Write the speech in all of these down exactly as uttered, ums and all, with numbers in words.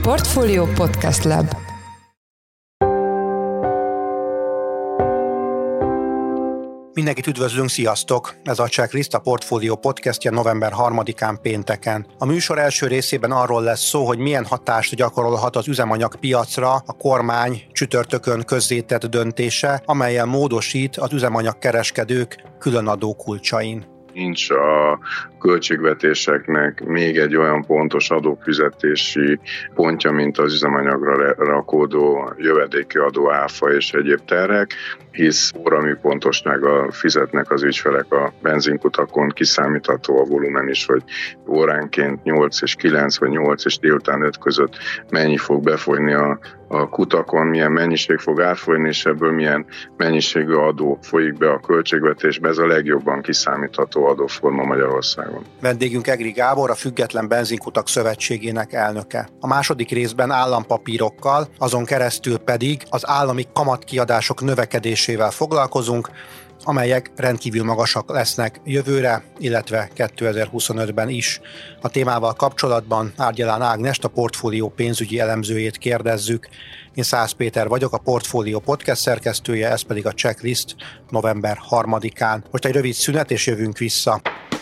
Portfolio Podcast Lab. Mindenkit üdvözlünk, sziasztok! Ez a Checklist, a Portfolio podcastja november harmadikán pénteken. A műsor első részében arról lesz szó, hogy milyen hatást gyakorolhat az üzemanyagpiacra a kormány csütörtökön közzétett döntése, amellyel módosít az üzemanyagkereskedők különadó kulcsain. Nincs a költségvetéseknek még egy olyan pontos adófizetési pontja, mint az üzemanyagra rakódó jövedéki adó, áfa és egyéb terhek, hisz óramű pontossággal fizetnek az ügyfelek a benzinkutakon, kiszámítható a volumen is, hogy óránként nyolc és kilenc vagy nyolc és délután öt között mennyi fog befolyni a, a kutakon, milyen mennyiség fog átfolyni, és ebből milyen mennyiségű adó folyik be a költségvetésbe. Ez a legjobban kiszámítható adóforma Magyarországon. Vendégünk Egri Gábor, a Független Benzinkutak Szövetségének elnöke. A második részben állampapírokkal, azon keresztül pedig az állami kamatkiadások növekedésével foglalkozunk, amelyek rendkívül magasak lesznek jövőre, illetve kétezer-huszonötben is. A témával kapcsolatban Árgyalán Ágnest, a Portfolio pénzügyi elemzőjét kérdezzük. Én Szász Péter vagyok, a Portfolio podcast szerkesztője, ez pedig a Checklist november harmadikán. Most egy rövid szünet, és jövünk vissza.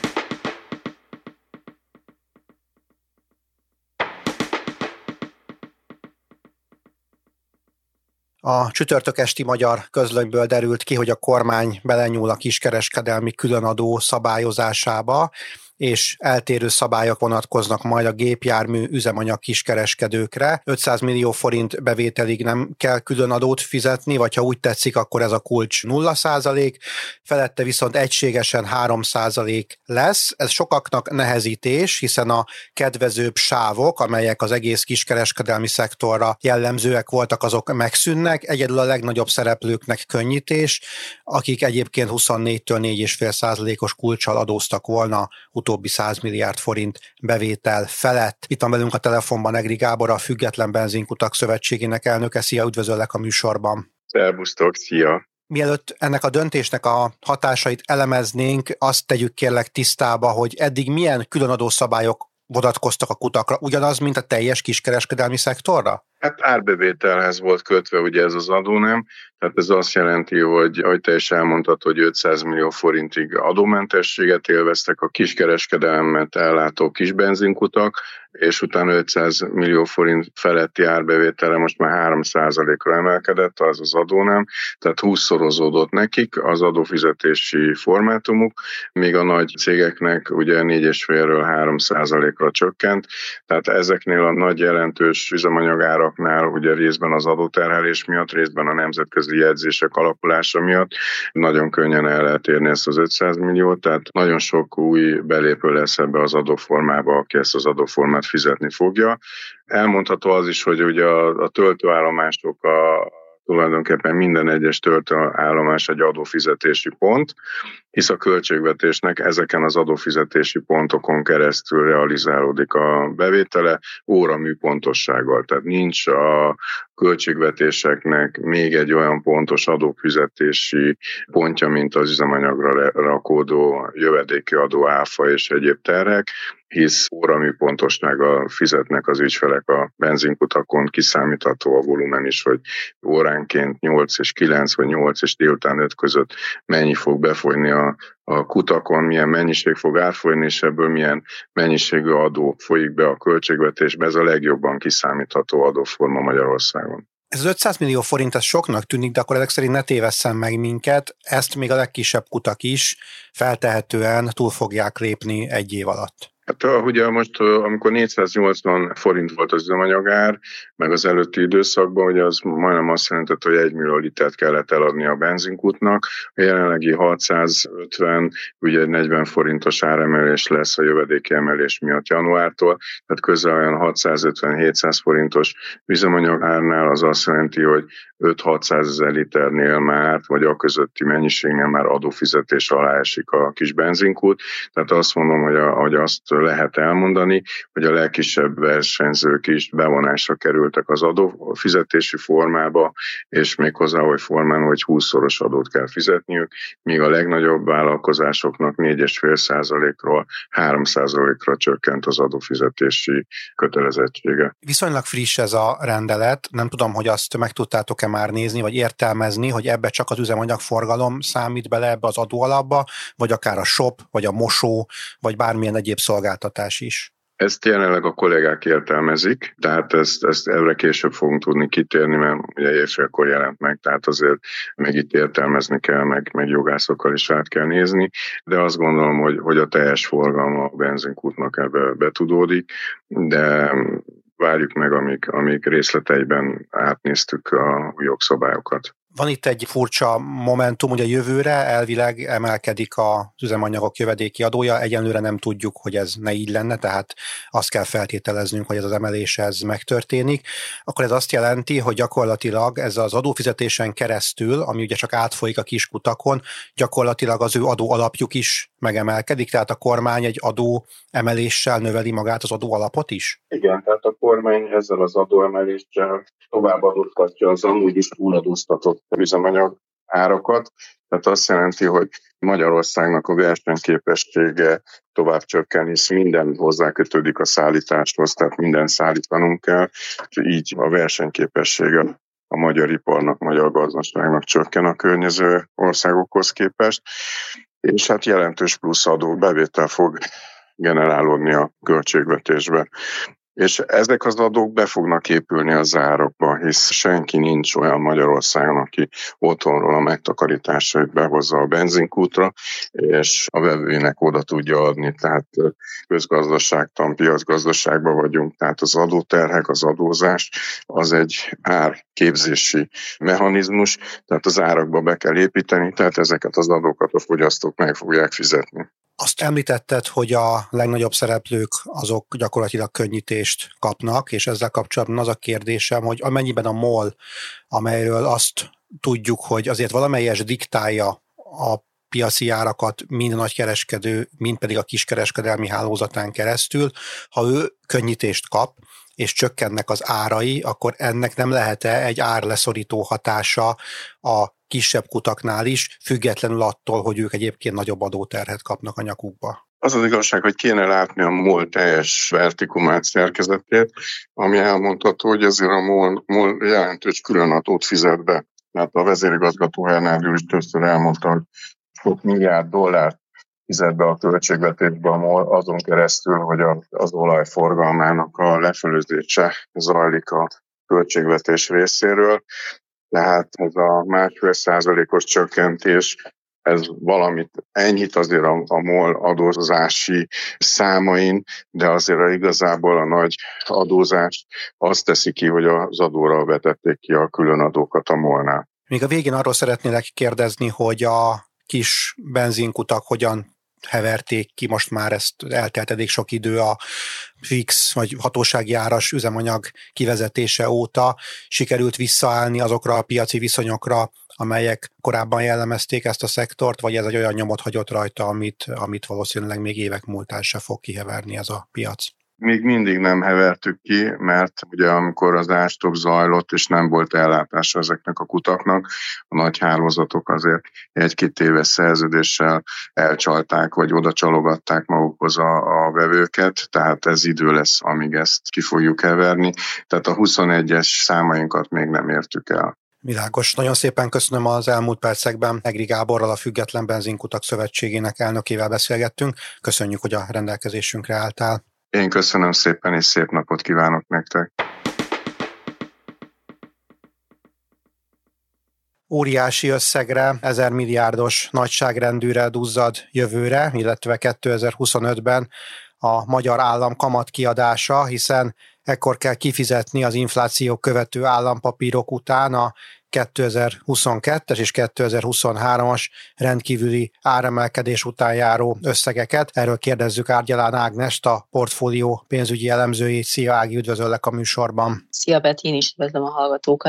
A csütörtök esti Magyar Közlönyből derült ki, hogy a kormány belenyúl a kiskereskedelmi különadó szabályozásába, és eltérő szabályok vonatkoznak majd a gépjármű üzemanyag kiskereskedőkre. ötszáz millió forint bevételig nem kell különadót fizetni, vagy ha úgy tetszik, akkor ez a kulcs nulla százalék, felette viszont egységesen három százalék lesz. Ez sokaknak nehezítés, hiszen a kedvezőbb sávok, amelyek az egész kiskereskedelmi szektorra jellemzőek voltak, azok megszűnnek. Egyedül a legnagyobb szereplőknek könnyítés, akik egyébként huszonnégytől négy egész öt százalékos kulccsal adóztak volna utóbbi száz milliárd forint bevétel felett. Itt van velünk a telefonban Egri Gábor, a Független Benzinkutak Szövetségének elnöke. Szia, üdvözöllek a műsorban. Szervusztok, szia! Mielőtt ennek a döntésnek a hatásait elemeznénk, azt tegyük kérlek tisztába, hogy eddig milyen különadó szabályok vonatkoztak a kutakra, ugyanaz, mint a teljes kiskereskedelmi szektorra? Hát árbevételhez volt kötve ugye ez az adó, nem? Tehát ez azt jelenti, hogy ahogy te is elmondtad, hogy ötszáz millió forintig adómentességet élveztek a kiskereskedelmet ellátó kisbenzinkutak, és utána ötszáz millió forint feletti árbevétele most már három százalékra emelkedett, az az adó, nem? Tehát húszszorozódott nekik az adófizetési formátumuk, míg a nagy cégeknek ugye négy egész ötről három százalékra csökkent. Tehát ezeknél a nagy jelentős üzemanyagáraknál ugye részben az adóterhelés miatt, részben a nemzetközi jegyzések alakulása miatt nagyon könnyen el lehet érni ezt az ötszáz milliót, tehát nagyon sok új belépő lesz ebbe az adóformába, aki ezt az adóformát fizetni fogja. Elmondható az is, hogy ugye a, a töltőállomások a tulajdonképpen minden egyes töltőállomás egy adófizetési pont, hisz a költségvetésnek ezeken az adófizetési pontokon keresztül realizálódik a bevétele óramű pontossággal. Tehát nincs a költségvetéseknek még egy olyan pontos adófizetési pontja, mint az üzemanyagra rakódó jövedéki adó, áfa és egyéb terhek, hisz óramű pontossággal fizetnek az ügyfelek a benzinkutakon, kiszámítható a volumen is, hogy óránként nyolc és kilenc vagy nyolc és délután öt között mennyi fog befolyni a, a kutakon, milyen mennyiség fog átfolyni, és ebből milyen mennyiségű adó folyik be a költségvetésbe. Ez a legjobban kiszámítható adóforma Magyarországon. Ez az ötszáz millió forint, ez soknak tűnik, de akkor ezek szerint ne tévesszen meg minket, ezt még a legkisebb kutak is feltehetően túl fogják lépni egy év alatt. Hát ugye most, amikor négyszáznyolcvan forint volt az üzemanyagár, meg az előtti időszakban, ugye az majdnem azt jelentett, hogy egy millió litert kellett eladni a benzinkútnak. A jelenlegi hatszázötven, ugye egy negyven forintos áremelés lesz a jövedéki emelés miatt januártól, tehát közel olyan hatszázötven-hétszáz forintos üzemanyagárnál az azt jelenti, hogy öt-hatszázezer liternél már, vagy a közötti mennyiségnél már adófizetés alá esik a kis benzinkút. Tehát azt mondom, hogy, a, hogy azt lehet elmondani, hogy a legkisebb versenyzők is bevonásra kerültek az adófizetési formába, és méghozzá oly formán, hogy húszszoros adót kell fizetniük, míg a legnagyobb vállalkozásoknak négy egész öt százalékról három százalékra csökkent az adófizetési kötelezettsége. Viszonylag friss ez a rendelet, nem tudom, hogy azt meg tudtátok-e már nézni, vagy értelmezni, hogy ebbe csak az üzemanyagforgalom számít bele ebbe az adóalapba, vagy akár a shop, vagy a mosó, vagy bármilyen egyéb szolgáltatás is. Ezt jelenleg a kollégák értelmezik, tehát ezt, ezt erre később fogunk tudni kitérni, mert ugye évfélkor jelent meg, tehát azért még itt értelmezni kell, meg, meg jogászokkal is át kell nézni, de azt gondolom, hogy, hogy a teljes forgalma a benzinkútnak ebbe betudódik, de várjuk meg, amíg, amíg részleteiben átnéztük a jogszabályokat. Van itt egy furcsa momentum, hogy a jövőre elvileg emelkedik az üzemanyagok jövedéki adója, egyenlőre nem tudjuk, hogy ez ne így lenne, tehát azt kell feltételeznünk, hogy ez az emelés ez megtörténik. Akkor ez azt jelenti, hogy gyakorlatilag ez az adófizetésen keresztül, ami ugye csak átfolyik a kiskutakon, gyakorlatilag az ő adó alapjuk is megemelkedik, tehát a kormány egy adó emeléssel növeli magát az adó alapot is? Igen, tehát a kormány ezzel az adóemeléssel tovább adóztatja az amúgy is túladóztatott üzemanyag árakat. Tehát azt jelenti, hogy Magyarországnak a versenyképessége tovább csökken, hisz minden hozzákötődik a szállításhoz, tehát minden szállítanunk kell, így a versenyképessége a magyar iparnak, magyar gazdaságnak csökken a környező országokhoz képest, és hát jelentős plusz adó bevétel fog generálódni a költségvetésbe. És ezek az adók be fognak épülni az árakba, hisz senki nincs olyan Magyarországon, aki otthonról a megtakarításait behozza a benzinkútra, és a vevőinek oda tudja adni. Tehát közgazdaságtan, piacgazdaságban vagyunk, tehát az adóterhek, az adózás az egy árképzési mechanizmus, tehát az árakba be kell építeni, tehát ezeket az adókat a fogyasztók meg fogják fizetni. Azt említetted, hogy a legnagyobb szereplők azok gyakorlatilag könnyítést kapnak, és ezzel kapcsolatban az a kérdésem, hogy amennyiben a MOL, amelyről azt tudjuk, hogy azért valamelyes diktálja a piaci árakat mind a nagykereskedő, mind pedig a kiskereskedelmi hálózatán keresztül, ha ő könnyítést kap, és csökkennek az árai, akkor ennek nem lehet-e egy árleszorító hatása a kisebb kutaknál is, függetlenül attól, hogy ők egyébként nagyobb adóterhet kapnak a nyakukba? Az az igazság, hogy kéne látni a MOL teljes vertikumált szerkezetét, ami elmondható, hogy ezért a MOL, MOL jelentős különadót fizet be. Tehát a vezérigazgató Hernádi is többször elmondta, hogy sok milliárd dollárt fizet be a költségvetésbe a MOL azon keresztül, hogy az olajforgalmának a lefölözése zajlik a költségvetés részéről. Tehát ez a másfél százalékos csökkentés, ez valamit enyhít azért a, a MOL adózási számain, de azért igazából a nagy adózást azt teszi ki, hogy az adóra vetették ki a különadókat a MOL-nál. Még a végén arról szeretnélek kérdezni, hogy a kis benzinkutak hogyan heverték ki, most már ezt eltelt eddig sok idő a fix vagy hatósági áras üzemanyag kivezetése óta, sikerült visszaállni azokra a piaci viszonyokra, amelyek korábban jellemezték ezt a szektort, vagy ez egy olyan nyomot hagyott rajta, amit, amit valószínűleg még évek múltán se fog kiheverni ez a piac? Még mindig nem hevertük ki, mert ugye amikor az ástop zajlott, és nem volt ellátása ezeknek a kutaknak, a nagy hálózatok azért egy-két éves szerződéssel elcsalták, vagy oda csalogatták magukhoz a, a vevőket, tehát ez idő lesz, amíg ezt ki fogjuk heverni. Tehát a huszonegyes számainkat még nem értük el. Világos. Nagyon szépen köszönöm az elmúlt percekben. Egri Gáborral, a Független Benzinkutak Szövetségének elnökével beszélgettünk. Köszönjük, hogy a rendelkezésünkre álltál. Én köszönöm szépen, és szép napot kívánok nektek! Óriási összegre, ezer milliárdos nagyságrendűre duzzad jövőre, illetve kétezer-huszonötben a magyar állam kamatkiadása, hiszen ekkor kell kifizetni az infláció követő állampapírok után a kétezer-huszonkettes és kétezer-huszonhármas rendkívüli áremelkedés után járó összegeket. Erről kérdezzük Árgyalán Ágnest, a portfólió pénzügyi elemzőjét. Szia Ági, üdvözöllek a műsorban. Szia Beti, én is üdvözlöm a hallgatókat.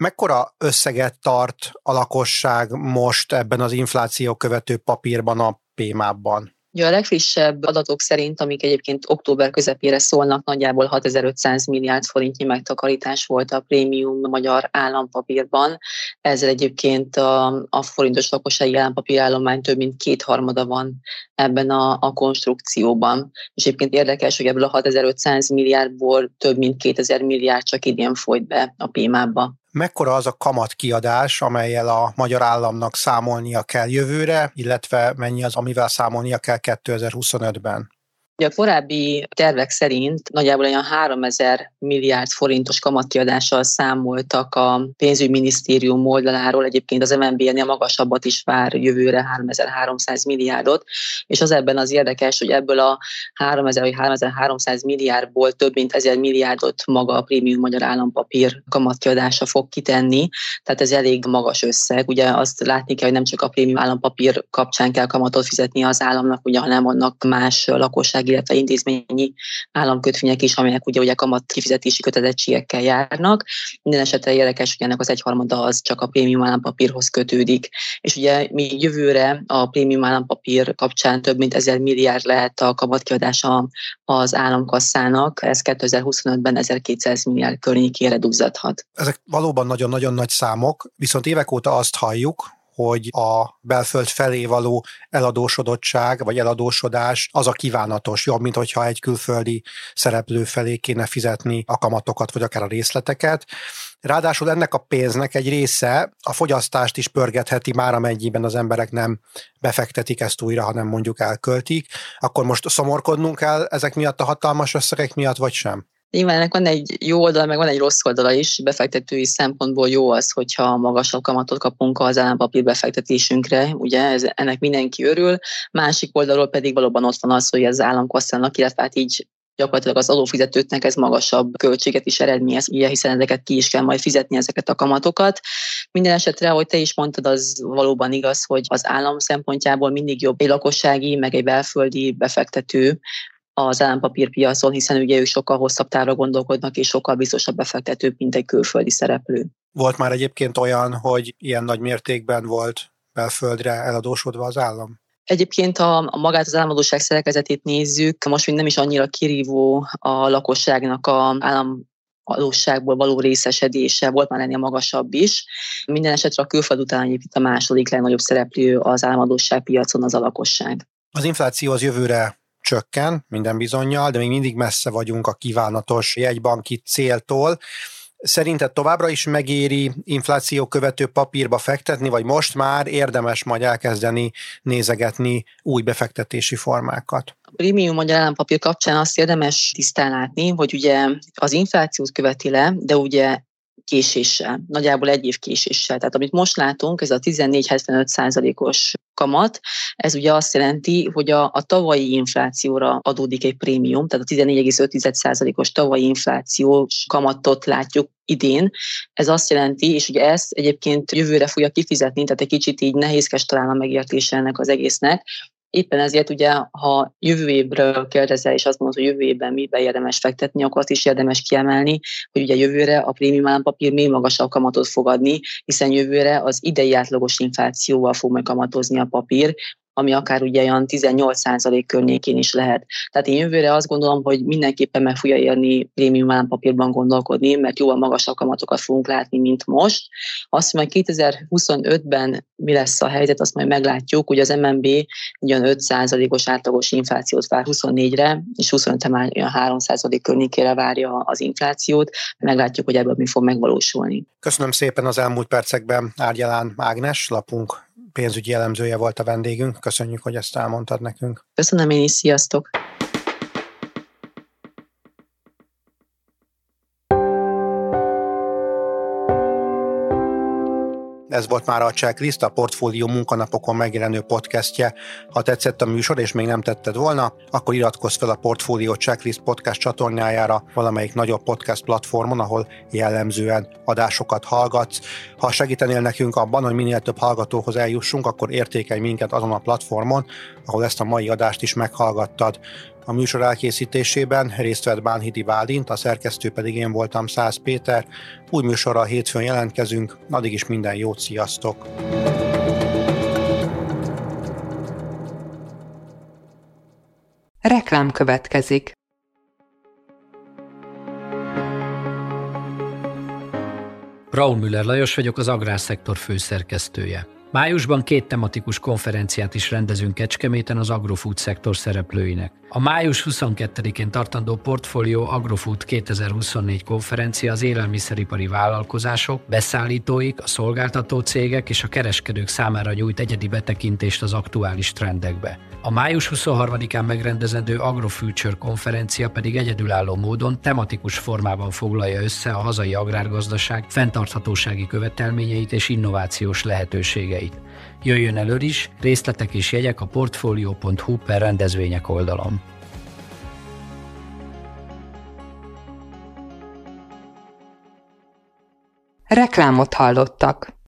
Mekkora összeget tart a lakosság most ebben az infláció követő papírban, a pé máp-ban? Ugye a legfrissebb adatok szerint, amik egyébként október közepére szólnak, nagyjából hatezer-ötszáz milliárd forintnyi megtakarítás volt a prémium magyar állampapírban. Ezzel egyébként a, a forintos lakossági állampapírállomány több mint kétharmada van ebben a, a konstrukcióban. És egyébként érdekes, hogy ebből a hatezer-ötszáz milliárdból több mint kétezer milliárd csak idén folyt be a pé máp-ba. Mekkora az a kamatkiadás, amellyel a magyar államnak számolnia kell jövőre, illetve mennyi az, amivel számolnia kell kétezer-huszonötben? A korábbi tervek szerint nagyjából olyan háromezer milliárd forintos kamatkiadással számoltak a pénzügyminisztérium oldaláról, egyébként az em en bé ennél magasabbat is vár jövőre, háromezer-háromszáz milliárdot, és az ebben az érdekes, hogy ebből a háromezer vagy háromezer-háromszáz milliárdból több mint ezer milliárdot maga a prémium magyar állampapír kamatkiadása fog kitenni, tehát ez elég magas összeg. Ugye azt látni kell, hogy nem csak a prémium állampapír kapcsán kell kamatot fizetni az államnak, ugye, hanem vannak más lakossági illetve intézményi államkötvények is, amelyek ugye, ugye kamat kifizetési kötelezettségekkel járnak. Minden esetre érdekes, hogy ennek az egyharmada az csak a prémium állampapírhoz kötődik. És ugye mi jövőre a prémium állampapír kapcsán több mint ezer milliárd lehet a kamatkiadása az államkasszának, ez kétezer-huszonötben ezerkétszáz milliárd környékére duzzadhat. Ezek valóban nagyon-nagyon nagy számok, viszont évek óta azt halljuk, hogy a belföld felé való eladósodottság, vagy eladósodás az a kívánatos, jobb, mint hogyha egy külföldi szereplő felé kéne fizetni a kamatokat, vagy akár a részleteket. Ráadásul ennek a pénznek egy része a fogyasztást is pörgetheti már, amennyiben az emberek nem befektetik ezt újra, hanem mondjuk elköltik. Akkor most szomorkodnunk kell ezek miatt a hatalmas összegek miatt, vagy sem? Nyilván ennek van egy jó oldala, meg van egy rossz oldala is. Befektetői szempontból jó az, hogyha magasabb kamatot kapunk az állampapír befektetésünkre, ugye ez, ennek mindenki örül. Másik oldalról pedig valóban ott van az, hogy az államkasszának, illetve hát így gyakorlatilag az adófizetőknek ez magasabb költséget is eredményez, ugye, hiszen ezeket ki is kell majd fizetni, ezeket a kamatokat. Minden esetre, ahogy te is mondtad, az valóban igaz, hogy az állam szempontjából mindig jobb egy lakossági, meg egy belföldi befektető az állampapírpiacon, hiszen ugye ők sokkal hosszabb távra gondolkodnak, és sokkal biztosabb befektetők, mint egy külföldi szereplő. Volt már egyébként olyan, hogy ilyen nagy mértékben volt belföldre eladósodva az állam? Egyébként a, a magát az államadósság szerkezetét nézzük, most még nem is annyira kirívó a lakosságnak a állam adósságból való részesedése, volt már ennél magasabb is. Minden esetre a külföld után egyébként a második legnagyobb szereplő az államadósságpiacon az a lakosság. Az infláció az jövőre csökken, minden bizonnyal, de még mindig messze vagyunk a kívánatos jegybanki céltól. Szerinted továbbra is megéri infláció követő papírba fektetni, vagy most már érdemes majd elkezdeni nézegetni új befektetési formákat? A prémium magyar állampapír kapcsán azt érdemes tisztán látni, hogy ugye az inflációt követi le, de ugye késéssel, nagyjából egy év késéssel. Tehát amit most látunk, ez a tizennégy egész hetvenöt százalékos kamat, ez ugye azt jelenti, hogy a, a tavalyi inflációra adódik egy prémium, tehát a tizennégy egész öt százalékos tavalyi inflációs kamatot látjuk idén. Ez azt jelenti, és ugye ezt egyébként jövőre fogja kifizetni, tehát egy kicsit így nehézkes talán a megértése ennek az egésznek. Éppen ezért ugye, ha jövő évről kérdezel, és azt mondod, hogy jövő évben mibe érdemes fektetni, akkor azt is érdemes kiemelni, hogy ugye jövőre a prémium állampapír még magasabb kamatot fog adni, hiszen jövőre az idei átlagos inflációval fog majd kamatozni a papír, ami akár ugye olyan tizennyolc százalék környékén is lehet. Tehát én jövőre azt gondolom, hogy mindenképpen meg fogja érni prémium állampapírban gondolkodni, mert jóval magasabb kamatokat fogunk látni, mint most. Azt, hogy majd kétezer-huszonötben mi lesz a helyzet, azt majd meglátjuk, hogy az em en bé olyan öt százalékos átlagos inflációt vár huszonnégyre, és huszonötre már olyan három százalék környékére várja az inflációt. Meglátjuk, hogy ebből mi fog megvalósulni. Köszönöm szépen, az elmúlt percekben Árgyalán Ágnes, lapunk pénzügyi elemzője volt a vendégünk. Köszönjük, hogy ezt elmondtad nekünk. Köszönöm én is, sziasztok! Ez volt már a Checklist, a Portfólió munkanapokon megjelenő podcastje. Ha tetszett a műsor, és még nem tetted volna, akkor iratkozz fel a Portfólió Checklist podcast csatornájára valamelyik nagyobb podcast platformon, ahol jellemzően adásokat hallgatsz. Ha segítenél nekünk abban, hogy minél több hallgatóhoz eljussunk, akkor értékelj minket azon a platformon, ahol ezt a mai adást is meghallgattad. A műsor elkészítésében részt vett Bánhidi Bálint, a szerkesztő pedig én voltam, Szász Péter. Új műsorral hétfőn jelentkezünk, addig is minden jót, sziasztok! Reklám következik. Braun Müller Lajos vagyok, az Agrárszektor főszerkesztője. Májusban két tematikus konferenciát is rendezünk Kecskeméten az agrofood szektor szereplőinek. A május huszonkettedikén tartandó Portfolio Agrofood kétezer-huszonnégy konferencia az élelmiszeripari vállalkozások, beszállítóik, a szolgáltató cégek és a kereskedők számára nyújt egyedi betekintést az aktuális trendekbe. A május huszonharmadikán megrendezendő AgroFuture konferencia pedig egyedülálló módon tematikus formában foglalja össze a hazai agrárgazdaság fenntarthatósági követelményeit és innovációs lehetőségeit. Jöjjön elő is, részletek és jegyek a portfolio pont hu per rendezvények oldalon. Reklámot hallottak.